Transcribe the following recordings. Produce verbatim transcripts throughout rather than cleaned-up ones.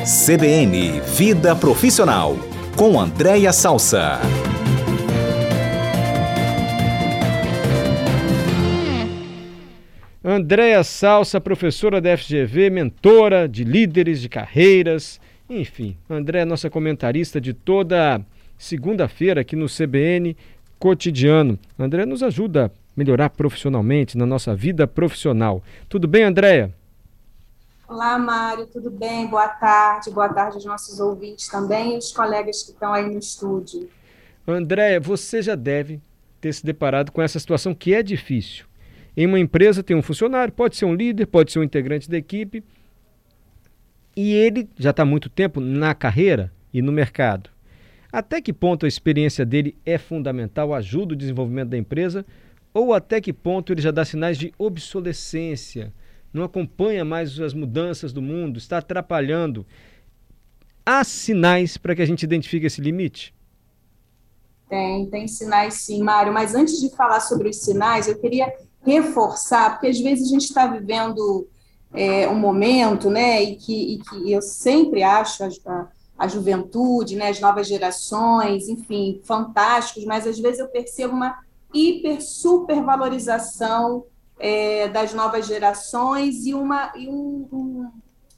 C B N Vida Profissional, com Andréia Salsa. Andréia Salsa, professora da F G V, mentora de líderes de carreiras, enfim, Andréia é nossa comentarista de toda segunda-feira aqui no C B N Cotidiano. Andréia nos ajuda a melhorar profissionalmente na nossa vida profissional. Tudo bem, Andréia? Olá, Mário, tudo bem? Boa tarde, boa tarde aos nossos ouvintes também e os colegas que estão aí no estúdio. Andréia, você já deve ter se deparado com essa situação que é difícil. Em uma empresa tem um funcionário, pode ser um líder, pode ser um integrante da equipe, e ele já está há muito tempo na carreira e no mercado. Até que ponto a experiência dele é fundamental, ajuda o desenvolvimento da empresa, ou até que ponto ele já dá sinais de obsolescência, não acompanha mais as mudanças do mundo, está atrapalhando? Há sinais para que a gente identifique esse limite? Tem, tem sinais sim, Mário, mas antes de falar sobre os sinais, eu queria reforçar, porque às vezes a gente está vivendo é, um momento, né, e que, e que eu sempre acho a, a juventude, né, as novas gerações, enfim, fantásticos, mas às vezes eu percebo uma hiper, super valorização é, das novas gerações e, uma, e um, um,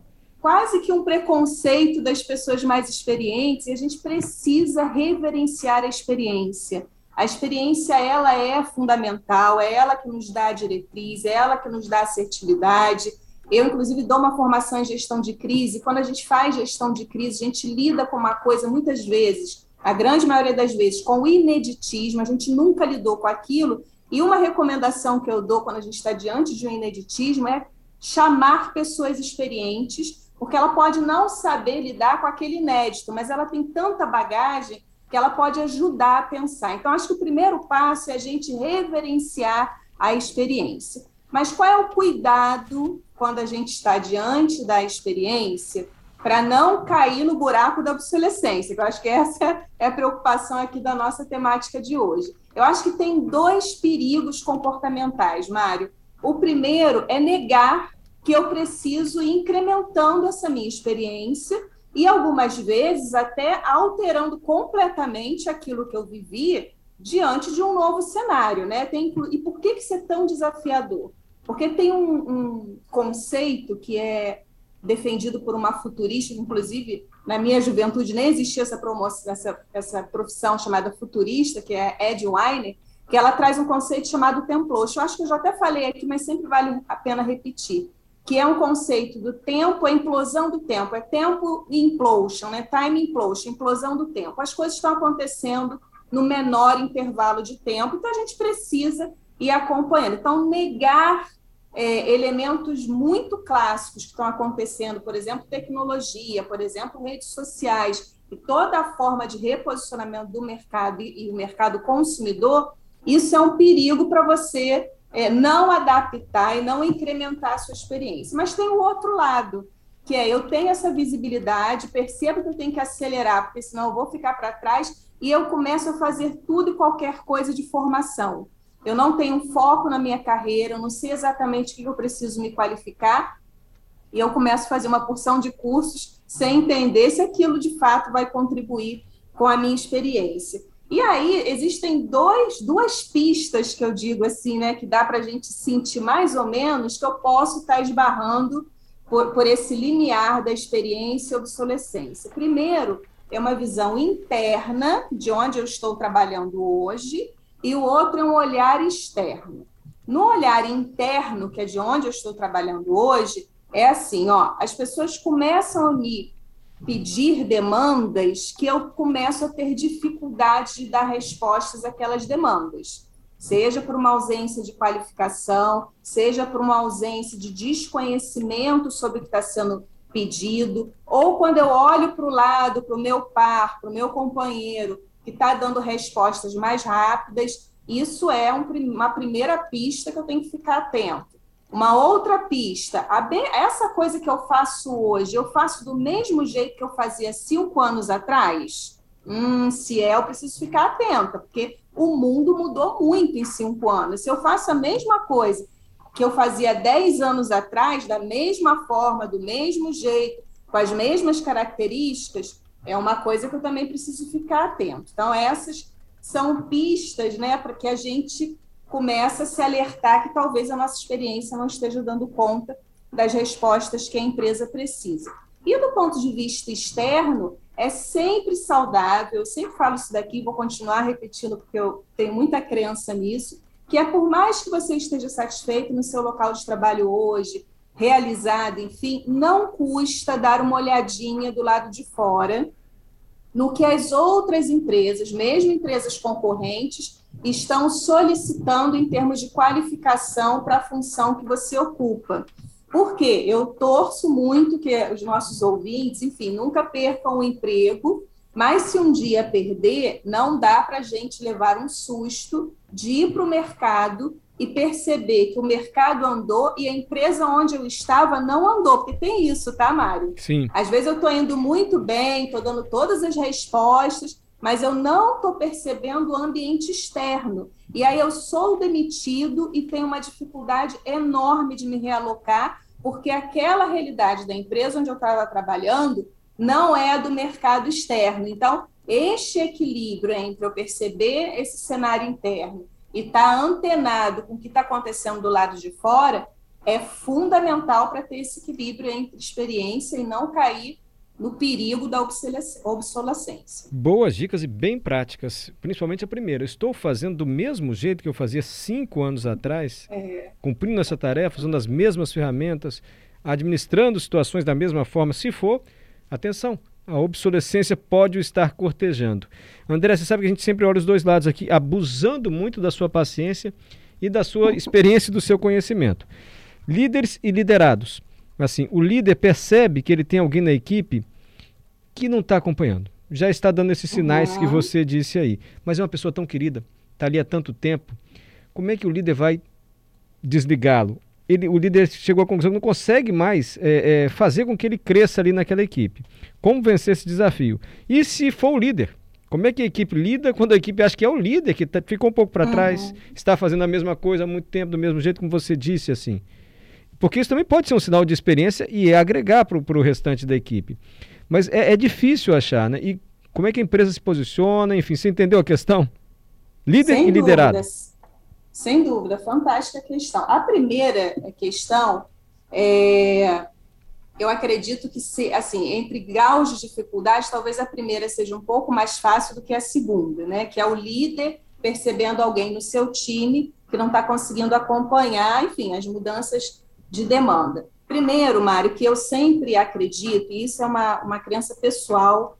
quase que um preconceito das pessoas mais experientes, e a gente precisa reverenciar a experiência. A experiência, ela é fundamental, é ela que nos dá a diretriz, é ela que nos dá a assertividade. Eu, inclusive, dou uma formação em gestão de crise. Quando a gente faz gestão de crise, a gente lida com uma coisa, muitas vezes, a grande maioria das vezes, com o ineditismo, a gente nunca lidou com aquilo. E uma recomendação que eu dou quando a gente está diante de um ineditismo é chamar pessoas experientes, porque ela pode não saber lidar com aquele inédito, mas ela tem tanta bagagem que ela pode ajudar a pensar. Então, acho que o primeiro passo é a gente reverenciar a experiência. Mas qual é o cuidado quando a gente está diante da experiência para não cair no buraco da obsolescência? Eu acho que essa é a preocupação aqui da nossa temática de hoje. Eu acho que tem dois perigos comportamentais, Mário. O primeiro é negar que eu preciso ir incrementando essa minha experiência e algumas vezes até alterando completamente aquilo que eu vivi diante de um novo cenário, né? Tem, e por que isso é tão desafiador? Porque tem um, um conceito que é defendido por uma futurista, inclusive na minha juventude nem existia essa, promoção, essa, essa profissão chamada futurista, que é Ed Weiner, que ela traz um conceito chamado templosion. Eu acho que eu já até falei aqui, mas sempre vale a pena repetir, que é um conceito do tempo, a implosão do tempo, é tempo implosion, né? Time implosion, implosão do tempo. As coisas estão acontecendo no menor intervalo de tempo, então a gente precisa ir acompanhando. Então, negar é, elementos muito clássicos que estão acontecendo, por exemplo, tecnologia, por exemplo, redes sociais, e toda a forma de reposicionamento do mercado e, e o mercado consumidor, isso é um perigo para você É, não adaptar e não incrementar a sua experiência. Mas tem o outro lado, que é eu tenho essa visibilidade, percebo que eu tenho que acelerar, porque senão eu vou ficar para trás, e eu começo a fazer tudo e qualquer coisa de formação. Eu não tenho foco na minha carreira, eu não sei exatamente o que eu preciso me qualificar, e eu começo a fazer uma porção de cursos sem entender se aquilo de fato vai contribuir com a minha experiência. E aí, existem dois, duas pistas que eu digo assim, né, que dá para a gente sentir mais ou menos que eu posso estar esbarrando por, por esse limiar da experiência e obsolescência. Primeiro, é uma visão interna de onde eu estou trabalhando hoje, e o outro é um olhar externo. No olhar interno, que é de onde eu estou trabalhando hoje, é assim, ó, as pessoas começam a me pedir demandas que eu começo a ter dificuldade de dar respostas àquelas demandas, seja por uma ausência de qualificação, seja por uma ausência de desconhecimento sobre o que está sendo pedido, ou quando eu olho para o lado, para o meu par, para o meu companheiro, que está dando respostas mais rápidas, isso é um, uma primeira pista que eu tenho que ficar atento. Uma outra pista, essa coisa que eu faço hoje, eu faço do mesmo jeito que eu fazia cinco anos atrás? Hum, se é, eu preciso ficar atenta, porque o mundo mudou muito em cinco anos. Se eu faço a mesma coisa que eu fazia dez anos atrás, da mesma forma, do mesmo jeito, com as mesmas características, é uma coisa que eu também preciso ficar atento. Então, essas são pistas, né, para que a gente comece a se alertar que talvez a nossa experiência não esteja dando conta das respostas que a empresa precisa. E do ponto de vista externo, é sempre saudável, eu sempre falo isso daqui, vou continuar repetindo porque eu tenho muita crença nisso, que é por mais que você esteja satisfeito no seu local de trabalho hoje, realizado, enfim, não custa dar uma olhadinha do lado de fora no que as outras empresas, mesmo empresas concorrentes, estão solicitando em termos de qualificação para a função que você ocupa. Por quê? Eu torço muito que os nossos ouvintes, enfim, nunca percam o emprego, mas se um dia perder, não dá para a gente levar um susto de ir para o mercado e perceber que o mercado andou e a empresa onde eu estava não andou, porque tem isso, tá, Mário? Sim. Às vezes eu estou indo muito bem, estou dando todas as respostas, mas eu não estou percebendo o ambiente externo. E aí eu sou demitido e tenho uma dificuldade enorme de me realocar, porque aquela realidade da empresa onde eu estava trabalhando não é do mercado externo. Então, este equilíbrio entre eu perceber esse cenário interno e estar antenado com o que está acontecendo do lado de fora é fundamental para ter esse equilíbrio entre experiência e não cair no perigo da obsolescência. Boas dicas e bem práticas, principalmente a primeira. Eu estou fazendo do mesmo jeito que eu fazia cinco anos atrás, é. cumprindo essa tarefa, usando as mesmas ferramentas, administrando situações da mesma forma. Se for, atenção, a obsolescência pode o estar cortejando. André, você sabe que a gente sempre olha os dois lados aqui, abusando muito da sua paciência e da sua experiência e do seu conhecimento. Líderes e liderados. Assim, o líder percebe que ele tem alguém na equipe que não está acompanhando. Já está dando esses sinais uhum. que você disse aí. Mas é uma pessoa tão querida, está ali há tanto tempo. Como é que o líder vai desligá-lo? Ele, o líder chegou à conclusão que não consegue mais é, é, fazer com que ele cresça ali naquela equipe. Como vencer esse desafio? E se for o líder? Como é que a equipe lida quando a equipe acha que é o líder, que tá, ficou um pouco para uhum. trás, está fazendo a mesma coisa há muito tempo, do mesmo jeito como você disse, assim? Porque isso também pode ser um sinal de experiência e é agregar para o restante da equipe. Mas é, é difícil achar, né? E como é que a empresa se posiciona? Enfim, você entendeu a questão? Líder Sem e liderado. Dúvidas. Sem dúvida, fantástica questão. A primeira questão, é, eu acredito que, se, assim, entre graus de dificuldade, talvez a primeira seja um pouco mais fácil do que a segunda, né? Que é o líder percebendo alguém no seu time que não está conseguindo acompanhar, enfim, as mudanças de demanda. Primeiro, Mário, que eu sempre acredito, e isso é uma, uma crença pessoal,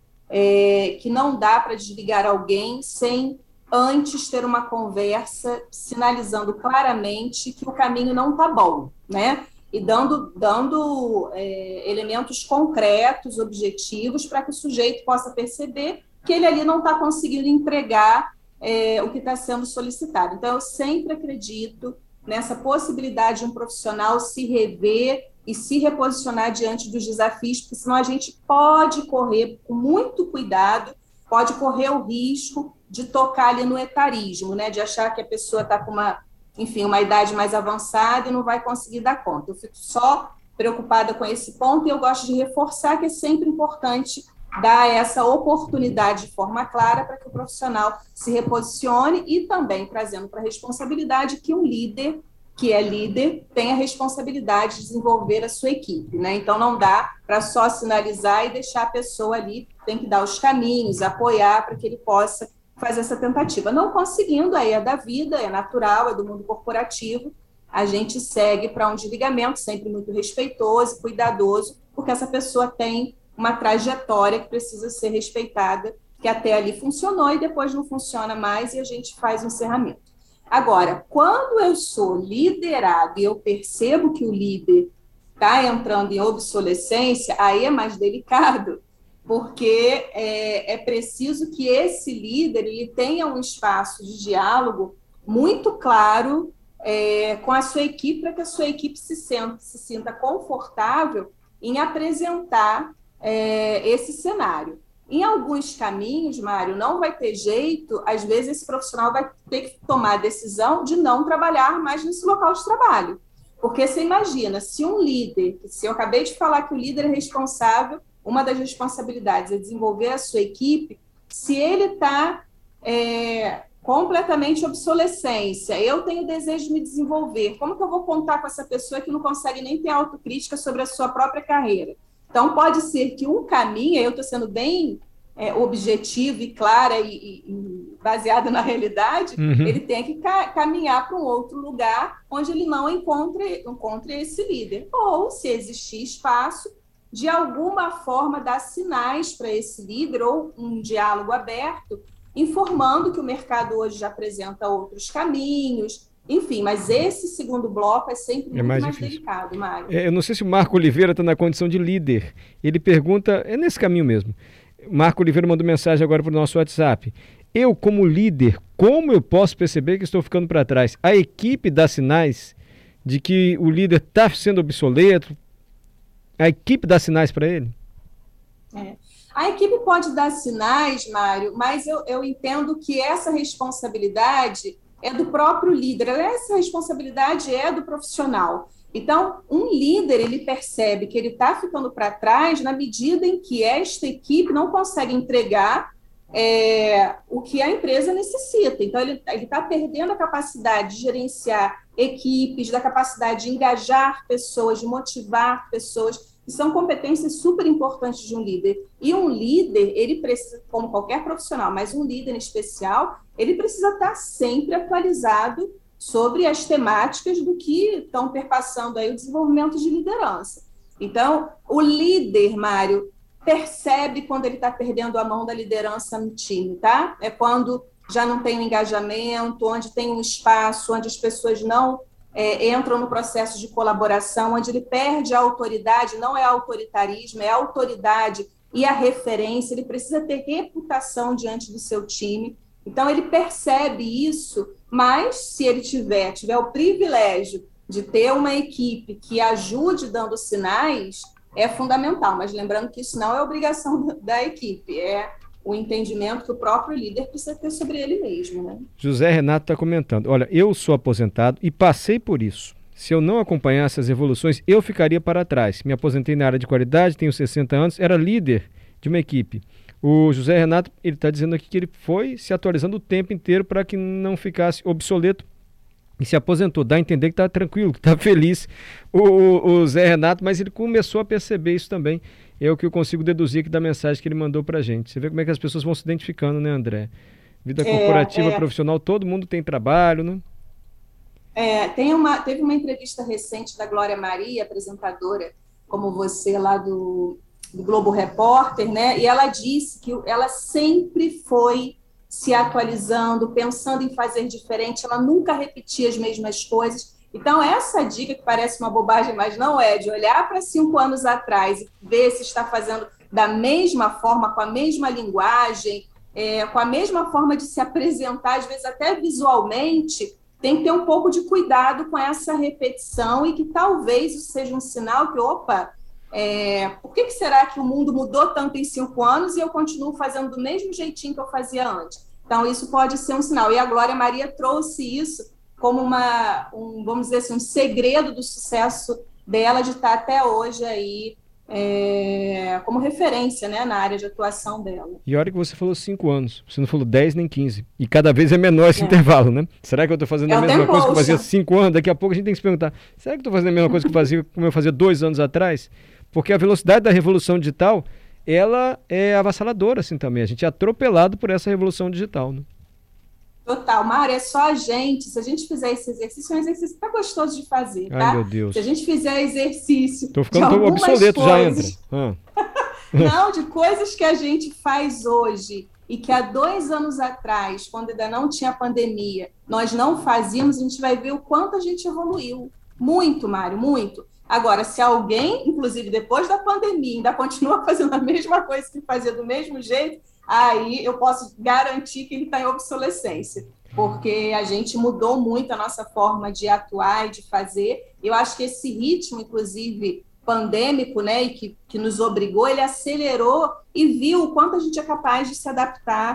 é, que não dá para desligar alguém sem antes ter uma conversa sinalizando claramente que o caminho não está bom, né? E dando, dando é, elementos concretos, objetivos, para que o sujeito possa perceber que ele ali não está conseguindo entregar é, o que está sendo solicitado. Então, eu sempre acredito nessa possibilidade de um profissional se rever e se reposicionar diante dos desafios, porque senão a gente pode correr com muito cuidado, pode correr o risco de tocar ali no etarismo, né, de achar que a pessoa está com uma, enfim, uma idade mais avançada e não vai conseguir dar conta. Eu fico só preocupada com esse ponto e eu gosto de reforçar que é sempre importante dar essa oportunidade de forma clara para que o profissional se reposicione e também trazendo para a responsabilidade que um líder, que é líder, tem a responsabilidade de desenvolver a sua equipe, né? Então, não dá para só sinalizar e deixar a pessoa ali, tem que dar os caminhos, apoiar para que ele possa fazer essa tentativa. Não conseguindo, aí é da vida, é natural, é do mundo corporativo, a gente segue para um desligamento, sempre muito respeitoso, cuidadoso, porque essa pessoa tem uma trajetória que precisa ser respeitada, que até ali funcionou e depois não funciona mais e a gente faz o encerramento. Agora, quando eu sou liderado e eu percebo que o líder está entrando em obsolescência, aí é mais delicado, porque é, é preciso que esse líder ele tenha um espaço de diálogo muito claro é, com a sua equipe, para que a sua equipe se, senta, se sinta confortável em apresentar é, esse cenário. Em alguns caminhos, Mário, não vai ter jeito, às vezes esse profissional vai ter que tomar a decisão de não trabalhar mais nesse local de trabalho, Porque você imagina, se um líder, se eu acabei de falar que o líder é responsável, uma das responsabilidades é desenvolver a sua equipe, se ele está é, completamente obsolescência, eu tenho desejo de me desenvolver, como que eu vou contar com essa pessoa que não consegue nem ter autocrítica sobre a sua própria carreira? Então, pode ser que um caminho, eu estou sendo bem é, objetivo e clara e, e baseada na realidade, uhum. ele tem que ca- caminhar para um outro lugar onde ele não encontre, encontre esse líder. Ou, se existir espaço, de alguma forma dar sinais para esse líder ou um diálogo aberto, informando que o mercado hoje já apresenta outros caminhos, enfim, mas esse segundo bloco é sempre muito é mais, mais delicado, Mário. É, eu não sei se o Marco Oliveira está na condição de líder. Ele pergunta, é nesse caminho mesmo. Marco Oliveira mandou mensagem agora para o nosso WhatsApp. Eu, como líder, como eu posso perceber que estou ficando para trás? A equipe dá sinais de que o líder está sendo obsoleto? A equipe dá sinais para ele? É. A equipe pode dar sinais, Mário, mas eu, eu entendo que essa responsabilidade é do próprio líder. Essa responsabilidade é do profissional. Então, um líder, ele percebe que ele está ficando para trás na medida em que esta equipe não consegue entregar é, o que a empresa necessita. Então, ele está perdendo a capacidade de gerenciar equipes, da capacidade de engajar pessoas, de motivar pessoas, que são competências super importantes de um líder. E um líder, ele precisa, como qualquer profissional, mas um líder em especial, ele precisa estar sempre atualizado sobre as temáticas do que estão perpassando aí o desenvolvimento de liderança. Então, o líder, Mário, percebe quando ele está perdendo a mão da liderança no time, tá? É quando já não tem um engajamento, onde tem um espaço, onde as pessoas não é, entram no processo de colaboração, onde ele perde a autoridade, não é autoritarismo, é a autoridade e a referência, ele precisa ter reputação diante do seu time. Então, ele percebe isso, mas se ele tiver, tiver o privilégio de ter uma equipe que ajude dando sinais, é fundamental. Mas lembrando que isso não é obrigação da equipe, é o entendimento que o próprio líder precisa ter sobre ele mesmo, né? José Renato está comentando, olha, eu sou aposentado e passei por isso. Se eu não acompanhasse as evoluções, eu ficaria para trás. Me aposentei na área de qualidade, tenho sessenta anos, era líder de uma equipe. O José Renato, ele está dizendo aqui que ele foi se atualizando o tempo inteiro para que não ficasse obsoleto e se aposentou. Dá a entender que está tranquilo, que está feliz o, o, o Zé Renato, mas ele começou a perceber isso também. É o que eu consigo deduzir aqui da mensagem que ele mandou para a gente. Você vê como é que as pessoas vão se identificando, né, André? Vida corporativa, é, é. profissional, todo mundo tem trabalho, né? É, tem uma, teve uma entrevista recente da Glória Maria, apresentadora, como você, lá do, do Globo Repórter, né? E ela disse que ela sempre foi se atualizando, pensando em fazer diferente, ela nunca repetia as mesmas coisas. Então, essa dica, que parece uma bobagem, mas não é, de olhar para cinco anos atrás e ver se está fazendo da mesma forma, com a mesma linguagem, é, com a mesma forma de se apresentar, às vezes até visualmente, tem que ter um pouco de cuidado com essa repetição e que talvez isso seja um sinal que, opa, é, por que, que será que o mundo mudou tanto em cinco anos e eu continuo fazendo do mesmo jeitinho que eu fazia antes? Então, isso pode ser um sinal. E a Glória Maria trouxe isso como uma, um, vamos dizer assim, um segredo do sucesso dela de estar até hoje aí é, como referência, né, na área de atuação dela. E a hora que você falou cinco anos, você não falou dez nem quinze, e cada vez é menor esse é. intervalo, né? Será que eu estou fazendo é a mesma coisa que eu fazia cinco anos? Daqui a pouco a gente tem que se perguntar, será que eu estou fazendo a mesma coisa que eu fazia, como eu fazia dois anos atrás? Porque a velocidade da revolução digital, ela é avassaladora assim também, a gente é atropelado por essa revolução digital, né? Total, Mário, é só a gente, se a gente fizer esse exercício, é um exercício que tá gostoso de fazer, tá? Ai, meu Deus. Se a gente fizer exercício Tô ficando tão obsoleto, coisas, já entra. Ah. Não, de coisas que a gente faz hoje e que há dois anos atrás, quando ainda não tinha pandemia, nós não fazíamos, a gente vai ver o quanto a gente evoluiu. Muito, Mário, muito. Agora, se alguém, inclusive depois da pandemia, ainda continua fazendo a mesma coisa que fazia do mesmo jeito, aí eu posso garantir que ele está em obsolescência, porque a gente mudou muito a nossa forma de atuar e de fazer. Eu acho que esse ritmo, inclusive, pandêmico, né, e que, que nos obrigou, ele acelerou e viu o quanto a gente é capaz de se adaptar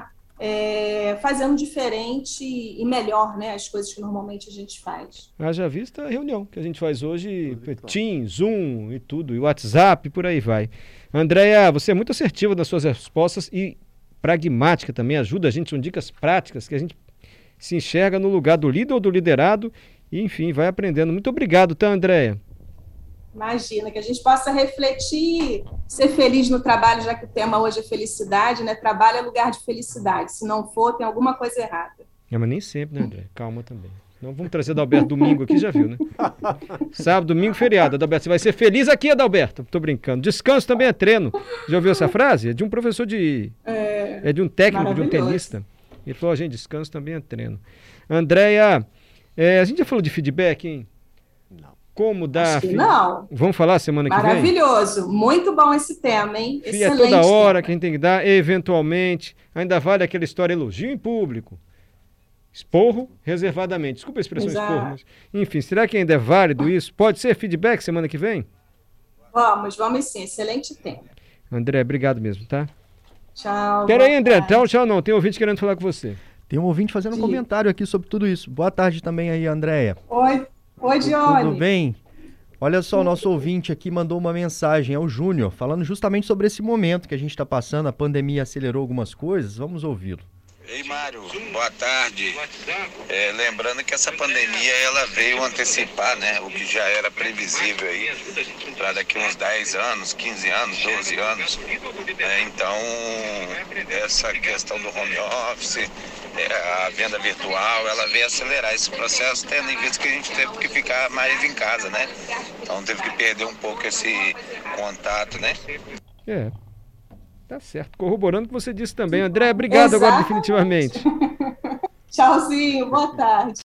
é, fazendo diferente e melhor, né, as coisas que normalmente a gente faz. Haja vista a reunião que a gente faz hoje, Teams, Zoom e tudo, e WhatsApp, por aí vai. Andréia, você é muito assertiva nas suas respostas e pragmática também, ajuda a gente, são dicas práticas que a gente se enxerga no lugar do líder ou do liderado e, enfim, vai aprendendo. Muito obrigado, tá, Andréia? Imagina, que a gente possa refletir, ser feliz no trabalho, já que o tema hoje é felicidade, né? Trabalho é lugar de felicidade. Se não for, tem alguma coisa errada. É, mas nem sempre, né, André? Calma também. Não vamos trazer Adalberto domingo aqui, já viu, né? Sábado, domingo, feriado. Adalberto, você vai ser feliz aqui, Adalberto. Tô brincando. Descanso também é treino. Já ouviu essa frase? É de um professor de... É, é de um técnico, de um tenista. Ele falou, gente, descanso também é treino. Andréia, é, a gente já falou de feedback, hein? Não. Como dar... Acho que não. Vamos falar semana que vem? Maravilhoso. Muito bom esse tema, hein? Excelente. É toda hora tema. Que a gente tem que dar, eventualmente. Ainda vale aquela história elogio em público. Esporro reservadamente. Desculpa a expressão Exato. Esporro. Mas, enfim, será que ainda é válido isso? Pode ser feedback semana que vem? Vamos, vamos sim. Excelente tema. André, obrigado mesmo, tá? Tchau. Pera aí, André. Tchau, tchau não. Tem ouvinte querendo falar com você. Tem um ouvinte fazendo um Sim. comentário aqui sobre tudo isso. Boa tarde também aí, Andréia. Oi, oi, Dione. Tudo bem? Olha só, o nosso ouvinte aqui mandou uma mensagem, é o Júnior, falando justamente sobre esse momento que a gente está passando, a pandemia acelerou algumas coisas, vamos ouvi-lo. Ei, Mário, boa tarde. É, lembrando que essa pandemia ela veio antecipar, né, o que já era previsível aí para daqui uns dez anos, quinze anos, doze anos. É, então, essa questão do home office, é, a venda virtual, ela veio acelerar esse processo, tendo em vista que a gente teve que ficar mais em casa, né? Então teve que perder um pouco esse contato, né? É. Tá certo. Corroborando o que você disse também. André, obrigado Exatamente. Agora definitivamente. Tchauzinho, boa tarde.